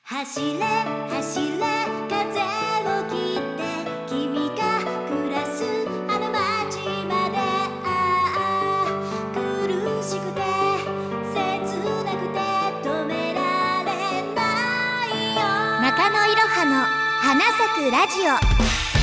走れ走れ風を切って君が暮らすあの街まで苦しくて切なくて止められないよ中野いろはの花咲くラジオ。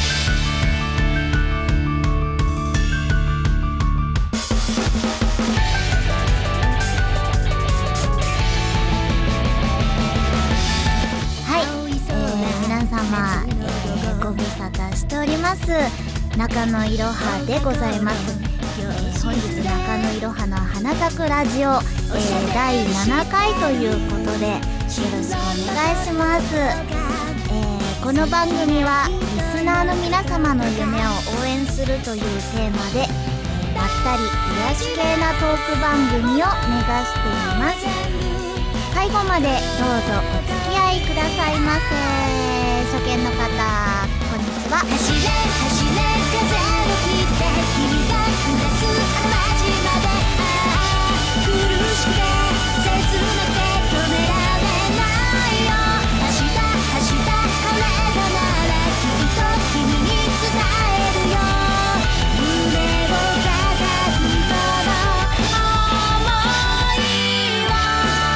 ご無沙汰しております中野いろはでございます。本日中野いろはの花咲くラジオ、第7回ということでよろしくお願いします。この番組はリスナーの皆様の夢を応援するというテーマで、まったり癒し系なトーク番組を目指しています。最後までどうぞお付き合いくださいませ。初見の方こんにちは。 走れ走れ風を切って君が暮らすあの街まで苦しくて切なくて止められないよ明日晴れたならきっと君に伝えるよ胸を叩くこの想いは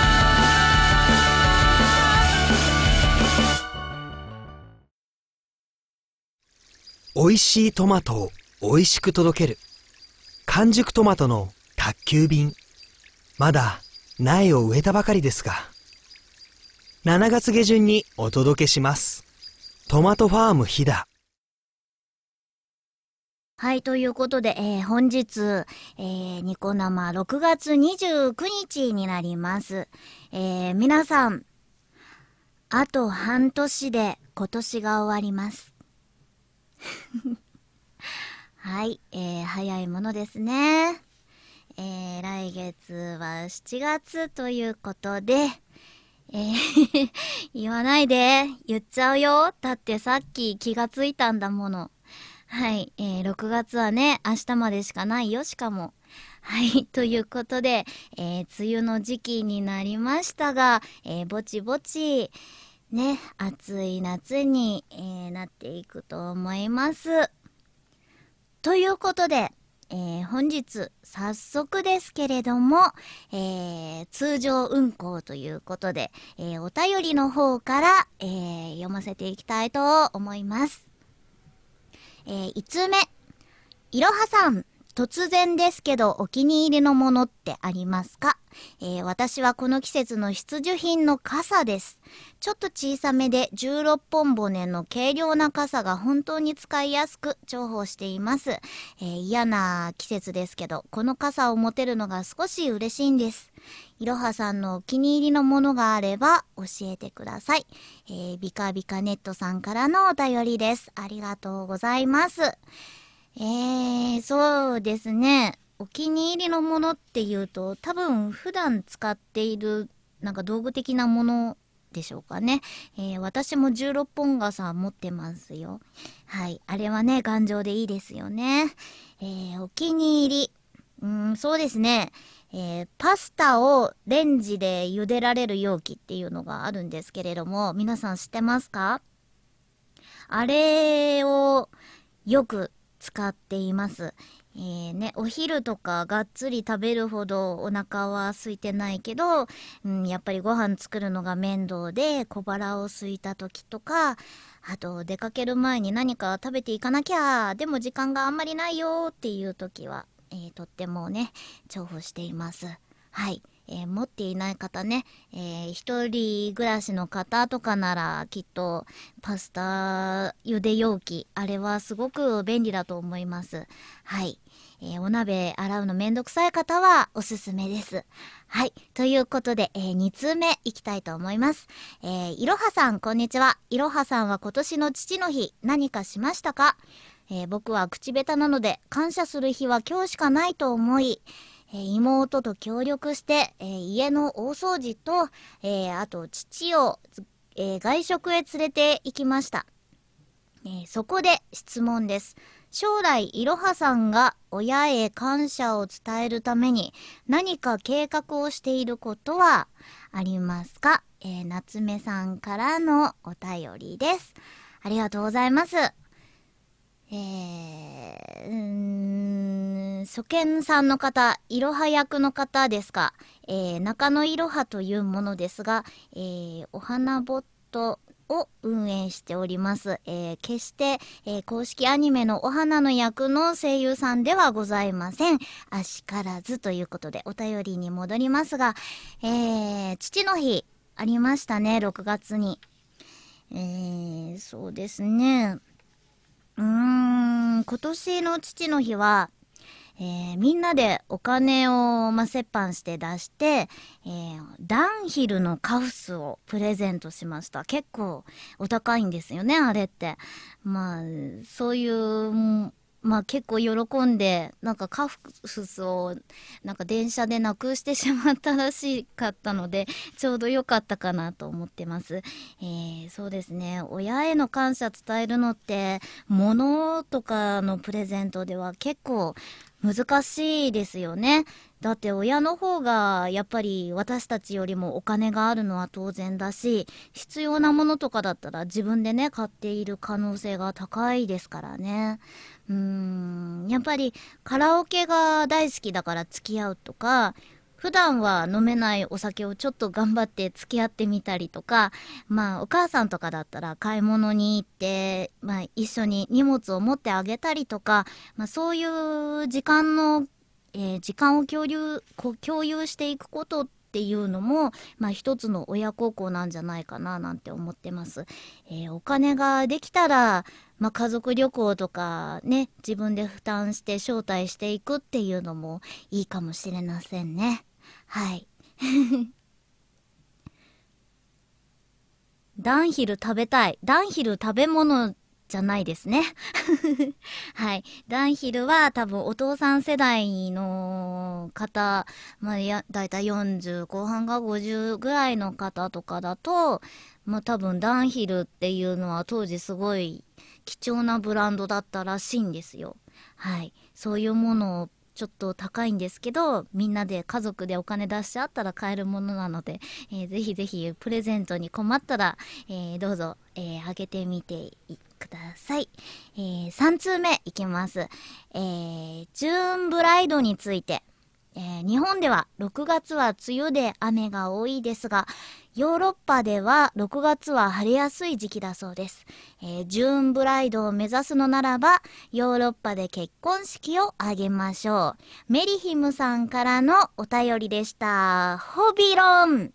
美味しいトマトを美味しく届ける完熟トマトの宅急便。まだ苗を植えたばかりですが7月下旬にお届けします。トマトファーム飛騨。 はい、ということで、本日、ニコ生6月29日になります。皆さんあと半年で今年が終わりますはい、早いものですね。来月は7月ということで、言わないで、言っちゃうよ。だってさっき気がついたんだもの。はい、6月はね、明日までしかないよ、しかも。はい、ということで、梅雨の時期になりましたが、ぼちぼち、ね、暑い夏に、なっていくと思います。ということで、本日早速ですけれども、通常運行ということで、お便りの方から、読ませていきたいと思います。5つ目、いろはさん、突然ですけどお気に入りのものってありますか？私はこの季節の必需品の傘です。ちょっと小さめで16本骨の軽量な傘が本当に使いやすく重宝しています。嫌な季節ですけどこの傘を持てるのが少し嬉しいんです。いろはさんのお気に入りのものがあれば教えてください。ビカビカネットさんからのお便りです。ありがとうございます。そうですね。お気に入りのものっていうと多分普段使っているなんか道具的なものでしょうかね。私も16本傘持ってますよ。はい。あれはね、頑丈でいいですよね。お気に入り。そうですね。パスタをレンジで茹でられる容器っていうのがあるんですけれども、皆さん知ってますか？あれをよく使っています。お昼とかがっつり食べるほどお腹は空いてないけど、やっぱりご飯作るのが面倒で小腹を空いた時とか、あと出かける前に何か食べていかなきゃ、でも時間があんまりないよっていう時は、とってもね重宝しています。はい。持っていない方ね、一人暮らしの方とかならきっとパスタ茹で容器、あれはすごく便利だと思います。はい。お鍋洗うのめんどくさい方はおすすめです。はい。ということで、2通目いきたいと思います。いろはさん、こんにちは。いろはさんは今年の父の日何かしましたか？僕は口下手なので感謝する日は今日しかないと思い、妹と協力して、家の大掃除と、あと父を、外食へ連れて行きました。そこで質問です。将来いろはさんが親へ感謝を伝えるために何か計画をしていることはありますか？ 夏目さんからのお便りです。ありがとうございます。初見さんの方、いろは役の方ですか。中野いろはというものですが、お花ボットを運営しております。決して、公式アニメのお花の役の声優さんではございません。あしからずということでお便りに戻りますが、父の日ありましたね、6月に。そうですね。今年の父の日は、みんなでお金を、折半して出して、ダンヒルのカフスをプレゼントしました。結構お高いんですよね、あれって。そういう、結構喜んで、なんかカフスをなんか電車でなくしてしまったらしかったので、ちょうど良かったかなと思ってます。そうですね、親への感謝伝えるのって、物とかのプレゼントでは結構難しいですよね。だって親の方がやっぱり私たちよりもお金があるのは当然だし、必要なものとかだったら自分でね買っている可能性が高いですからね。やっぱりカラオケが大好きだから付き合うとか、普段は飲めないお酒をちょっと頑張って付き合ってみたりとか、お母さんとかだったら買い物に行って、一緒に荷物を持ってあげたりとか、そういう時間を共有していくことっていうのも、一つの親孝行なんじゃないかななんて思ってます。お金ができたら、家族旅行とかね、自分で負担して招待していくっていうのもいいかもしれませんね。はい。ダンヒル食べたい。ダンヒル食べ物じゃないですね。はい。ダンヒルは多分お父さん世代の方、だいたい40後半が50ぐらいの方とかだと、多分ダンヒルっていうのは当時すごい貴重なブランドだったらしいんですよ。はい。そういうものをちょっと高いんですけど、みんなで家族でお金出し合ったら買えるものなので、ぜひぜひプレゼントに困ったら、どうぞ、あげてみてください。3通目いきます。ジューンブライドについて。日本では6月は梅雨で雨が多いですが、ヨーロッパでは6月は晴れやすい時期だそうです。ジューンブライドを目指すのならば、ヨーロッパで結婚式を挙げましょう。メリヒムさんからのお便りでした。ホビロン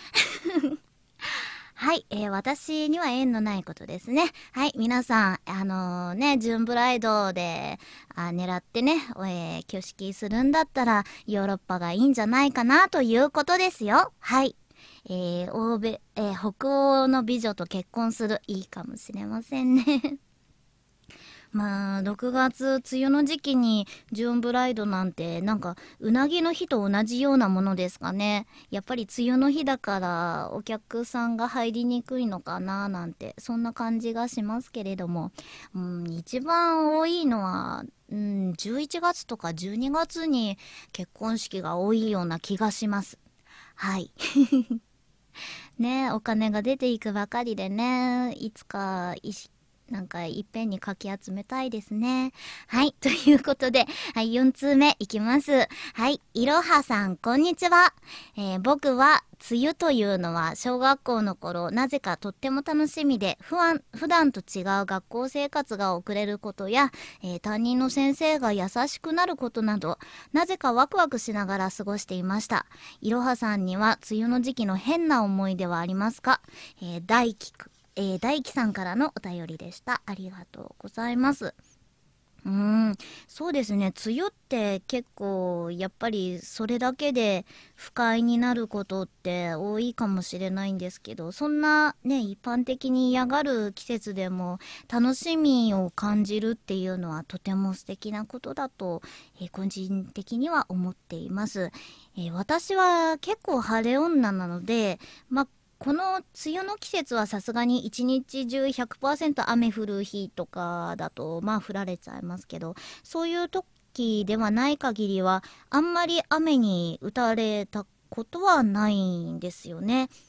はい、私には縁のないことですね。はい、皆さん、ジューンブライドで狙ってね、挙式するんだったら、ヨーロッパがいいんじゃないかなということですよ。はい。北欧の美女と結婚する、いいかもしれませんね。6月梅雨の時期にジューンブライドなんてなんかうなぎの日と同じようなものですかね。やっぱり梅雨の日だからお客さんが入りにくいのかななんてそんな感じがしますけれども、一番多いのは、11月とか12月に結婚式が多いような気がします。はい。ね、お金が出ていくばかりでね、いつかなんかいっぺんにかき集めたいですね。はい。ということで、はい、4通目いきます。はい。いろはさん、こんにちは。僕は、梅雨というのは小学校の頃、なぜかとっても楽しみで、普段と違う学校生活が送れることや、担任の先生が優しくなることなど、なぜかワクワクしながら過ごしていました。いろはさんには、梅雨の時期の変な思い出はありますか？大輝さんからのお便りでした。ありがとうございます。そうですね。梅雨って結構やっぱりそれだけで不快になることって多いかもしれないんですけど、そんなね、一般的に嫌がる季節でも楽しみを感じるっていうのはとても素敵なことだと、個人的には思っています。私は結構晴れ女なので、この梅雨の季節はさすがに一日中 100% 雨降る日とかだと降られちゃいますけど、そういう時ではない限りはあんまり雨に打たれたことはないんですよね。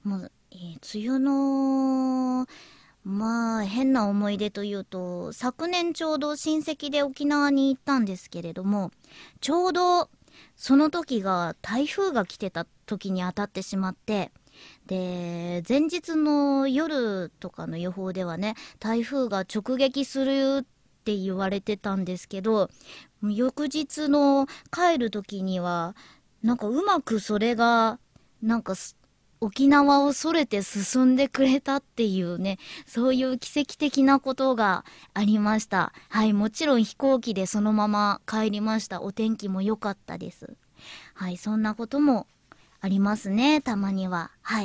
もう、梅雨の、まあ、変な思い出というと、昨年ちょうど親戚で沖縄に行ったんですけれども、ちょうどその時が台風が来てた時に当たってしまって、で、前日の夜とかの予報ではね、台風が直撃するって言われてたんですけど、翌日の帰る時には、なんかうまくそれが、なんか沖縄をそれて進んでくれたっていうね、そういう奇跡的なことがありました。はい、もちろん飛行機でそのまま帰りました。お天気も良かったです。はい、そんなこともありますね、たまには。はい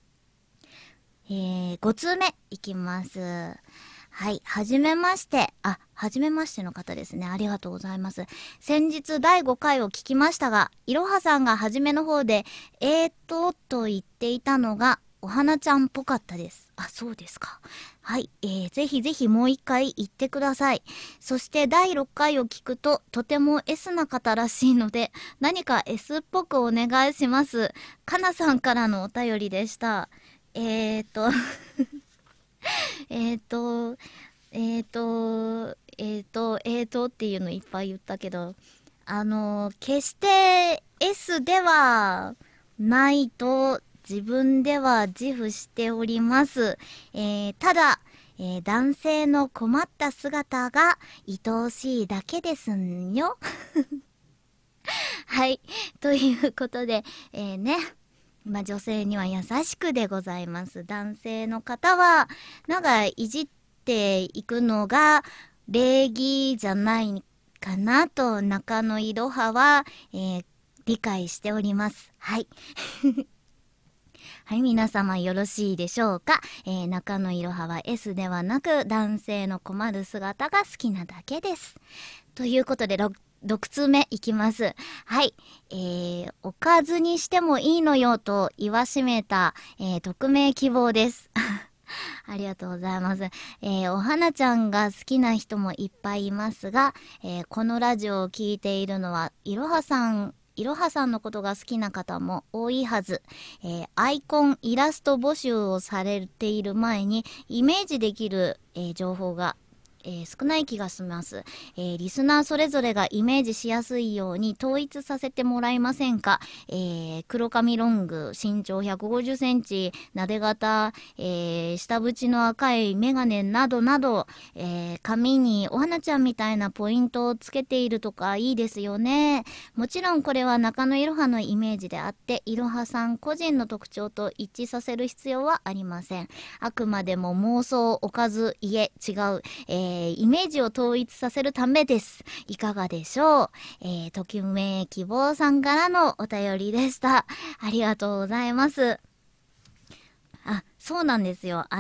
。5通目いきます。はい。はじめまして。はじめましての方ですね。ありがとうございます。先日第5回を聞きましたが、いろはさんがはじめの方で、と言っていたのが、お花ちゃんっぽかったです。そうですか。はい。ぜひぜひもう一回言ってください。そして第6回を聞くと、とても S な方らしいので、何か S っぽくお願いします。かなさんからのお便りでした。っていうのいっぱい言ったけど、決して S ではないと自分では自負しております。ただ、男性の困った姿が愛おしいだけですんよ。はい。ということで、ね。女性には優しくでございます。男性の方は、なんかいじっていくのが礼儀じゃないかなと、中野いろはは、理解しております。はい。はい、皆様よろしいでしょうか。中野いろはは S ではなく、男性の困る姿が好きなだけです。ということで、6通目いきます。はい。おかずにしてもいいのよと言わしめた、匿名希望です。ありがとうございます。お花ちゃんが好きな人もいっぱいいますが、このラジオを聞いているのは、いろはさんのことが好きな方も多いはず。アイコン、イラスト募集をされている前に、イメージできる、情報が少ない気がします。リスナーそれぞれがイメージしやすいように統一させてもらえませんか。黒髪ロング、身長150センチ、なで型、下縁の赤いメガネなどなど、髪にお花ちゃんみたいなポイントをつけているとかいいですよね。もちろんこれは中野いろはのイメージであって、いろはさん個人の特徴と一致させる必要はありません。あくまでも妄想、おかず、違う、イメージを統一させるためです。いかがでしょう。ときめ希望さんからのお便りでした。ありがとうございます。そうなんですよ。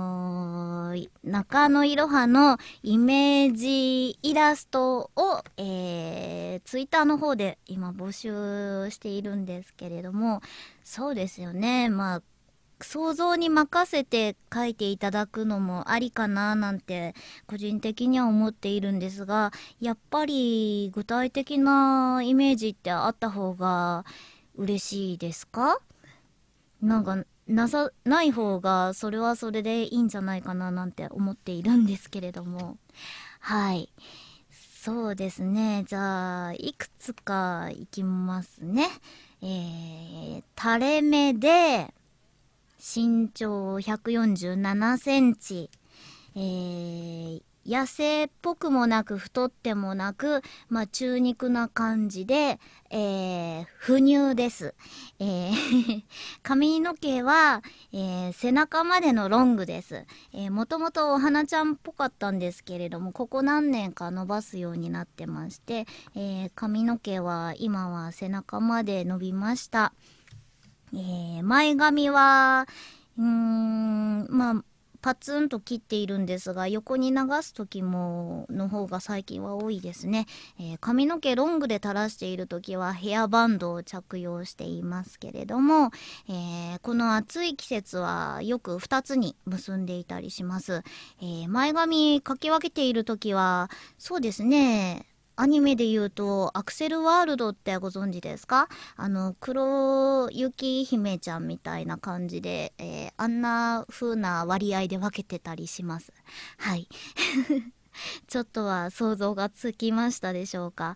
中野いろはのイメージイラストを、ツイッターの方で今募集しているんですけれども、そうですよね。想像に任せて書いていただくのもありかななんて個人的には思っているんですが、やっぱり具体的なイメージってあった方が嬉しいですか？なんかない方がそれはそれでいいんじゃないかななんて思っているんですけれども、はい、そうですね。じゃあいくつかいきますね。垂れ目で身長147センチ、痩せっぽくもなく太ってもなく、中肉な感じで、不乳です。髪の毛は、背中までのロングです。もともとお花ちゃんっぽかったんですけれども、ここ何年か伸ばすようになってまして、髪の毛は今は背中まで伸びました。前髪は、パツンと切っているんですが、横に流す時の方が最近は多いですね。髪の毛ロングで垂らしている時はヘアバンドを着用していますけれども、この暑い季節はよく2つに結んでいたりします。前髪かき分けている時は、そうですね、 アニメで言うと、アクセルワールドってご存知ですか？黒雪姫ちゃんみたいな感じで、あんな風な割合で分けてたりします。はい。ちょっとは想像がつきましたでしょうか？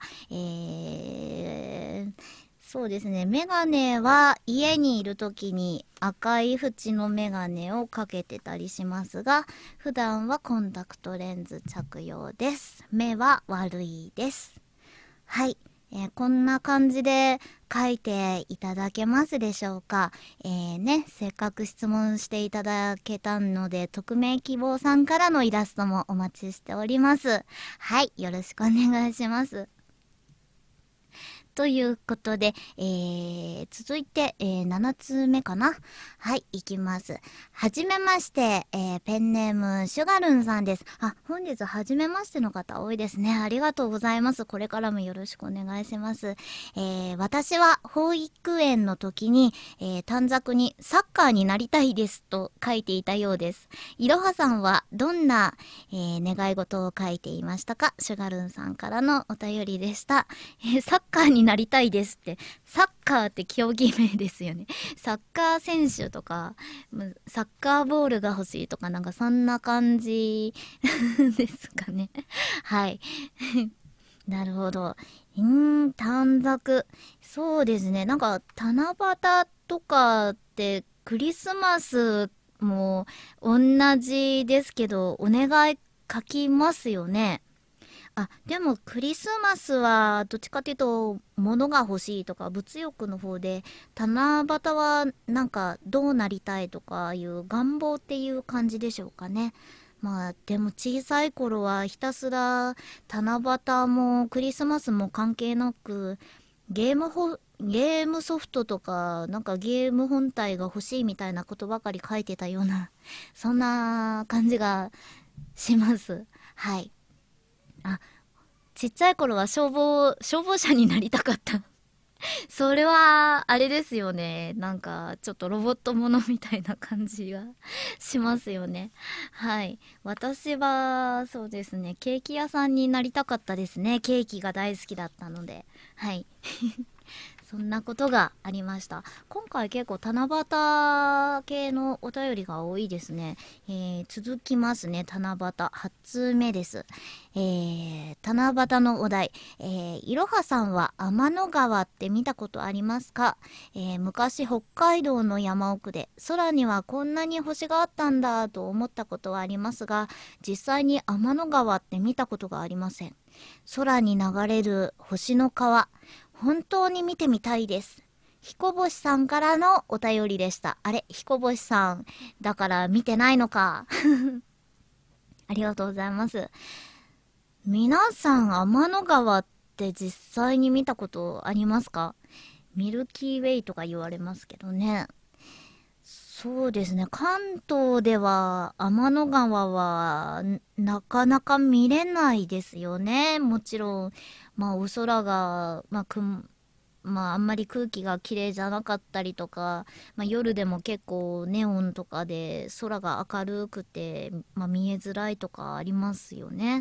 そうですね。メガネは家にいるときに赤い縁のメガネをかけてたりしますが、普段はコンタクトレンズ着用です。目は悪いです。はい。こんな感じで書いていただけますでしょうか？せっかく質問していただけたので、匿名希望さんからのイラストもお待ちしております。はい。よろしくお願いします。ということで、続いて、7つ目かな。はい、いきます。はじめまして、ペンネーム、シュガルンさんです。あ、本日はじめましての方多いですね。ありがとうございます。これからもよろしくお願いします。私は保育園の時に、短冊にサッカーになりたいですと書いていたようです。いろはさんはどんな、願い事を書いていましたか？シュガルンさんからのお便りでした。サッカーになりたいですって、サッカーって競技名ですよね。サッカー選手とか、サッカーボールが欲しいとか、なんかそんな感じですかね。はい。なるほど。短冊。そうですね。なんか、七夕とかってクリスマスも同じですけど、お願い書きますよね。あ、でもクリスマスはどっちかというと物が欲しいとか物欲の方で、七夕はなんかどうなりたいとかいう願望っていう感じでしょうかね。まあでも小さい頃はひたすら七夕もクリスマスも関係なくゲームソフトとかなんかゲーム本体が欲しいみたいなことばかり書いてたようなそんな感じがします。はい。あ、ちっちゃい頃は消防車になりたかった。それは、あれですよね。なんか、ちょっとロボットものみたいな感じがしますよね。はい。私は、そうですね。ケーキ屋さんになりたかったですね。ケーキが大好きだったので。はい。そんなことがありました。今回結構七夕系のお便りが多いですね。続きますね。七夕8通目です。七夕のお題。いろはさんは天の川って見たことありますか？昔北海道の山奥で空にはこんなに星があったんだと思ったことはありますが、実際に天の川って見たことがありません。空に流れる星の川。本当に見てみたいです。彦星さんからのお便りでした。あれ、彦星さん、だから見てないのか。ありがとうございます。皆さん、天の川って実際に見たことありますか？ミルキーウェイとか言われますけどね。そうですね。関東では天の川はなかなか見れないですよね。もちろん、まあお空が、まああんまり空気が綺麗じゃなかったりとか、まあ夜でも結構ネオンとかで空が明るくて、まあ見えづらいとかありますよね。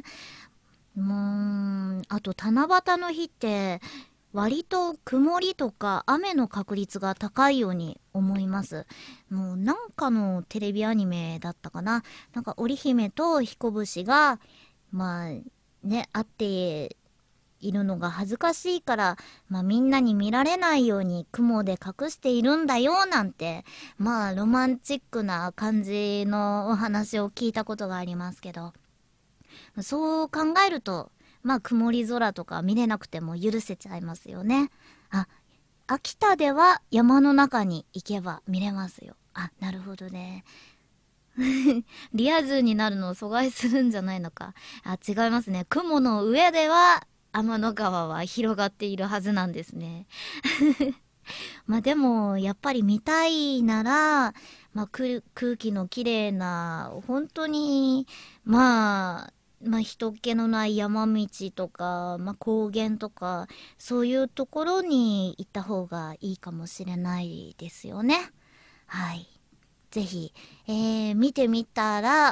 あと七夕の日って割と曇りとか雨の確率が高いように思います。もうなんかのテレビアニメだったかな。なんか織姫と彦星がまあね会っているのが恥ずかしいから、まあみんなに見られないように雲で隠しているんだよなんて、まあロマンチックな感じのお話を聞いたことがありますけど、そう考えるとまあ曇り空とか見れなくても許せちゃいますよね。あ、秋田では山の中に行けば見れますよ。あ、なるほどね。リア充になるのを阻害するんじゃないのか。あ、違いますね。雲の上では天の川は広がっているはずなんですね。まあでもやっぱり見たいなら、まあ、空気のきれいな本当にまあ人気のない山道とか、まあ、高原とかそういうところに行った方がいいかもしれないですよね。はい。ぜひ、見てみたら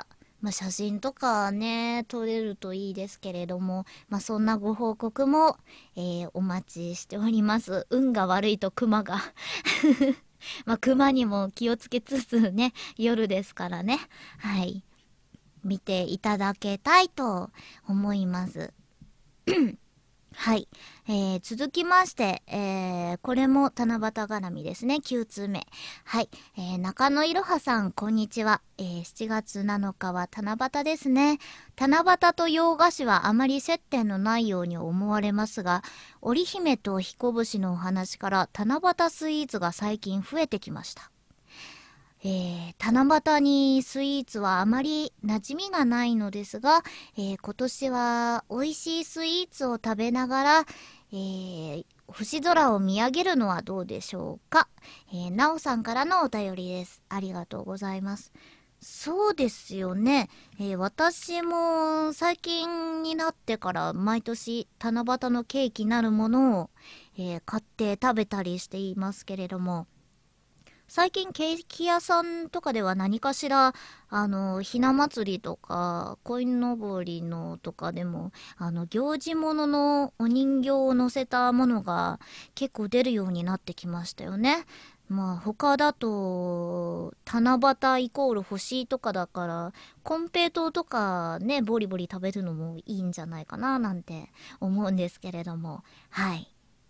写真とかね、撮れるといいですけれども、そんなご報告も、お待ちしております。運が悪いと熊が。熊にも気をつけつつね、夜ですからね。はい。見ていただけたいと思います。はい。続きまして、これも七夕絡みですね。9通目。はい。中野いろはさん、こんにちは。7月7日は七夕ですね。七夕と洋菓子はあまり接点のないように思われますが、織姫と彦星のお話から七夕スイーツが最近増えてきました。七夕にスイーツはあまり馴染みがないのですが、今年は美味しいスイーツを食べながら、星空を見上げるのはどうでしょうか。なおさんからのお便りです。ありがとうございます。そうですよね。私も最近になってから毎年七夕のケーキなるものを、買って食べたりしていますけれども、最近ケーキ屋さんとかでは何かしらひな祭りとか鯉のぼりのとかでも行事物のお人形を乗せたものが結構出るようになってきましたよね。他だと七夕イコール星とかだから、コンペイトーとかね、ボリボリ食べるのもいいんじゃないかななんて思うんですけれども、はい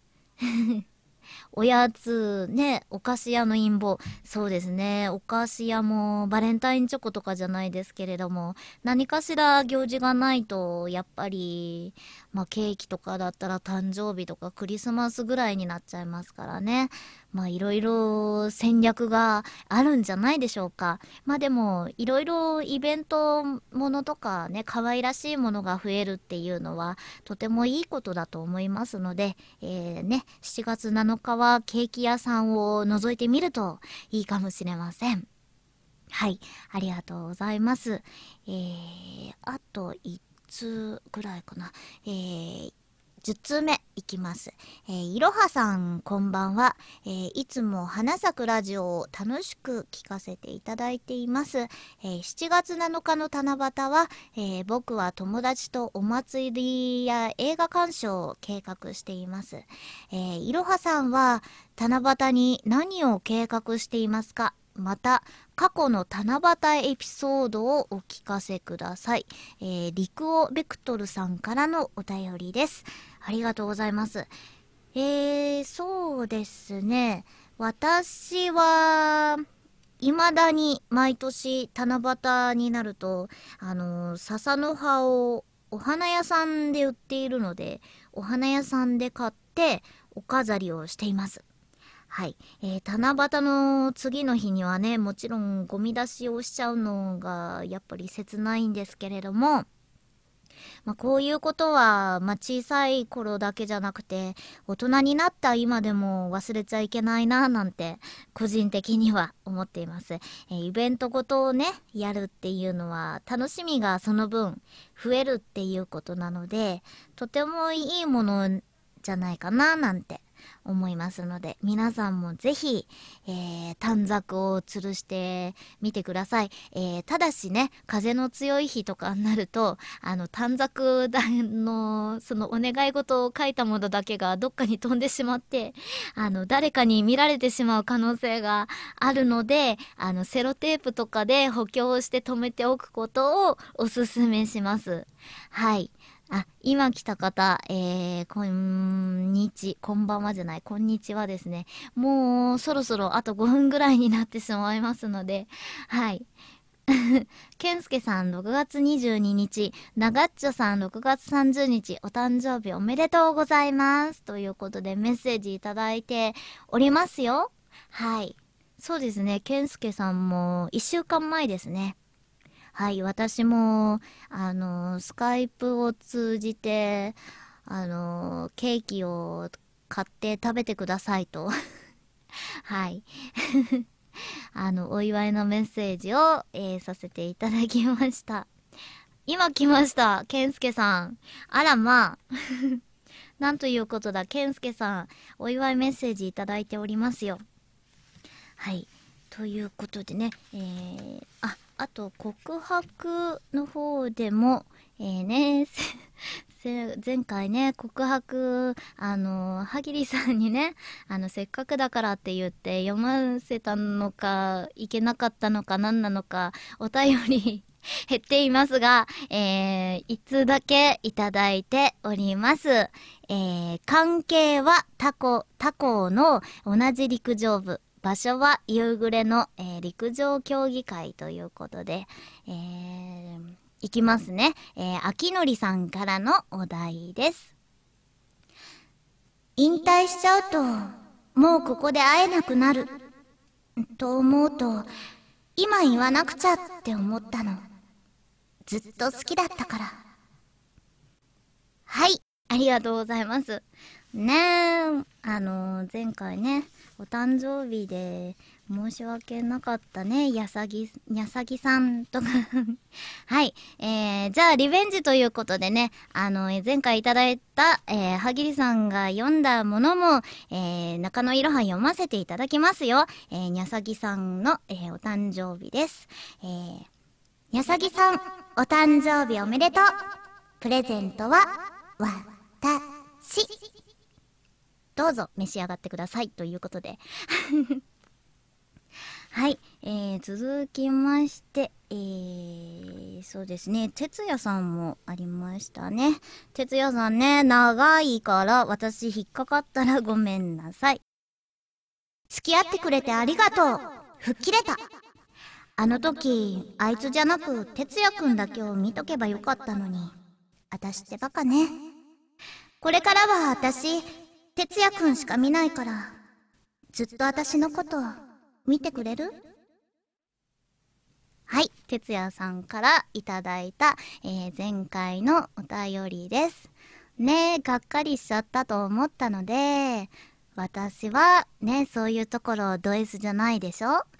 おやつね、お菓子屋の陰謀。そうですね。お菓子屋もバレンタインチョコとかじゃないですけれども、何かしら行事がないと、やっぱり、ケーキとかだったら誕生日とかクリスマスぐらいになっちゃいますからね。いろいろ戦略があるんじゃないでしょうか。でも、いろいろイベントものとかね、可愛らしいものが増えるっていうのは、とてもいいことだと思いますので、7月7日はケーキ屋さんを覗いてみるといいかもしれません。はい、ありがとうございます。あと1通ぐらいかな。10通目いきます。いろはさんこんばんは。いつも花咲くラジオを楽しく聞かせていただいています。7月7日の七夕は、僕は友達とお祭りや映画鑑賞を計画しています。いろはさんは七夕に何を計画していますか？また過去の七夕エピソードをお聞かせください。リクオベクトルさんからのお便りです。ありがとうございます。そうですね。私は未だに毎年七夕になると笹の葉をお花屋さんで売っているので、お花屋さんで買ってお飾りをしています。はい。七夕の次の日にはね、もちろんゴミ出しをしちゃうのがやっぱり切ないんですけれども、こういうことは、小さい頃だけじゃなくて、大人になった今でも忘れちゃいけないな、なんて、個人的には思っています。イベントごとをね、やるっていうのは、楽しみがその分増えるっていうことなので、とてもいいものじゃないかな、なんて思いますので、皆さんもぜひ、短冊を吊るしてみてください。ただしね、風の強い日とかになると、短冊のそのお願い事を書いたものだけがどっかに飛んでしまって、誰かに見られてしまう可能性があるので、セロテープとかで補強して留めておくことをおすすめします。はい。今来た方、こんばんはじゃない、こんにちはですね。もう、そろそろあと5分ぐらいになってしまいますので、はい。けんすけさん6月22日、ながっちょさん6月30日、お誕生日おめでとうございます。ということでメッセージいただいておりますよ。はい。そうですね、けんすけさんも1週間前ですね。はい、私も、スカイプを通じて、ケーキを買って食べてくださいと。はい。お祝いのメッセージを、させていただきました。今来ました、けんすけさん。あらまあ。なんということだ、けんすけさん。お祝いメッセージいただいておりますよ。はい。ということでね、ああと告白の方でも、ね前回ね告白はぎりさんにねせっかくだからって言って読ませたのかいけなかったのか何なのかお便り減っていますが、いつだけいただいております。関係は他校の同じ陸上部、場所は夕暮れの、陸上競技会ということで、いきますね。秋のりさんからのお題です。引退しちゃうともうここで会えなくなると思うと今言わなくちゃって思ったの。ずっと好きだったから。はい、ありがとうございます。ねえ、前回ね、お誕生日で申し訳なかったね、にゃさぎさんとか。はい、じゃあリベンジということでね、前回いただいた、はぎりさんが読んだものも、中野いろは読ませていただきますよ。にゃさぎさんの、お誕生日です。にゃさぎさん、お誕生日おめでとう。プレゼントは、私。どうぞ召し上がってください。ということで。はい、続きまして、そうですね、哲也さんもありましたね。哲也さんね、長いから私引っかかったらごめんなさい。付き合ってくれてありがとう。吹っ切れた。あの時、あいつじゃなく哲也くんだけを見とけばよかったのに。私ってバカね。これからは私、哲也くんしか見ないから、ずっと私のこと見てくれる？はい、哲也さんからいただいた、前回のお便りです。ねえ、がっかりしちゃったと思ったので、私はね、そういうところド S じゃないでしょ？はい。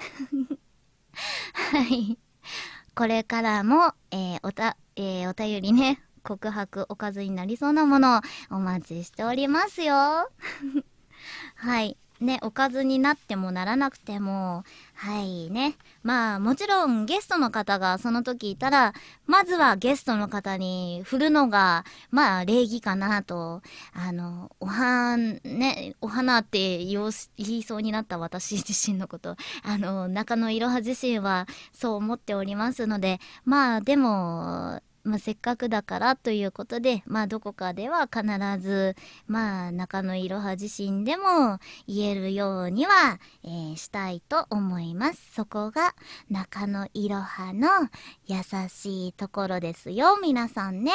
これからも、お便りね、告白おかずになりそうなものをお待ちしておりますよ。はい。ね、おかずになってもならなくても、はいね。まあ、もちろんゲストの方がその時いたら、まずはゲストの方に振るのが、まあ、礼儀かなと、お花って言いそうになった私自身のこと、中野いろは自身はそう思っておりますので、まあ、でも、せっかくだからということで、どこかでは必ず、中野いろは自身でも言えるようには、したいと思います。そこが中野いろはの優しいところですよ、皆さんね。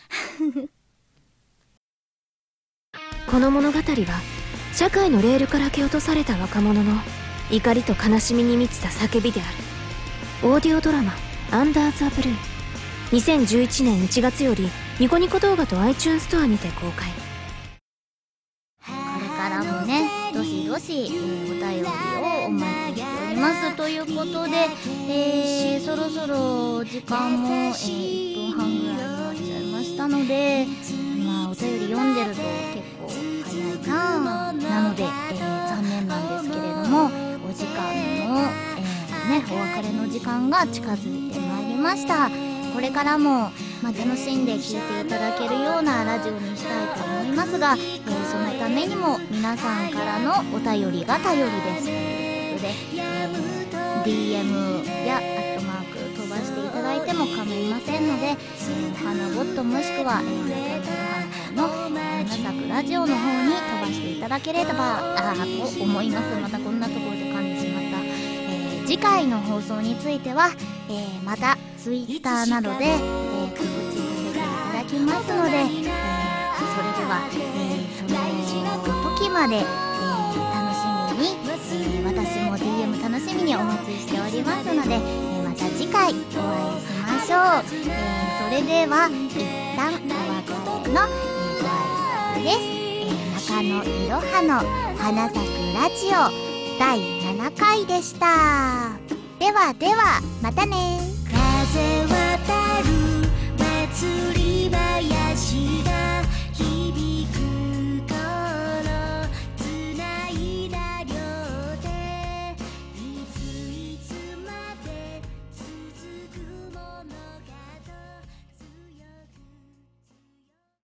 この物語は、社会のレールから蹴落とされた若者の怒りと悲しみに満ちた叫びである。オーディオドラマ、アンダーザブルー。2011年1月よりニコニコ動画と iTunes ストアにて公開。 これからもね、どしどし、お便りをお待ちしておりますということで、そろそろ時間も、1分半ぐらいになっちゃいましたので、お便り読んでると結構早いなので、残念なんですけれども、お時間の、お別れの時間が近づいてまいりました。これからも、楽しんで聴いていただけるようなラジオにしたいと思いますが、そのためにも皆さんからのお便りが頼りですということで、DM や@飛ばしていただいても構いませんので、お花ボットもしくは中野の方の花咲くラジオの方に飛ばしていただければと思います。またこんなところで噛んでしまった。次回の放送については、またTwitter などで、告知させていただきますので、それでは、その時まで、楽しみに、私も DM 楽しみにお待ちしておりますので、また次回お会いしましょう。それでは一旦お別れの、ご挨拶です。中野いろはの花咲くラジオ第7回でした。ではではまたね。 風渡る祭り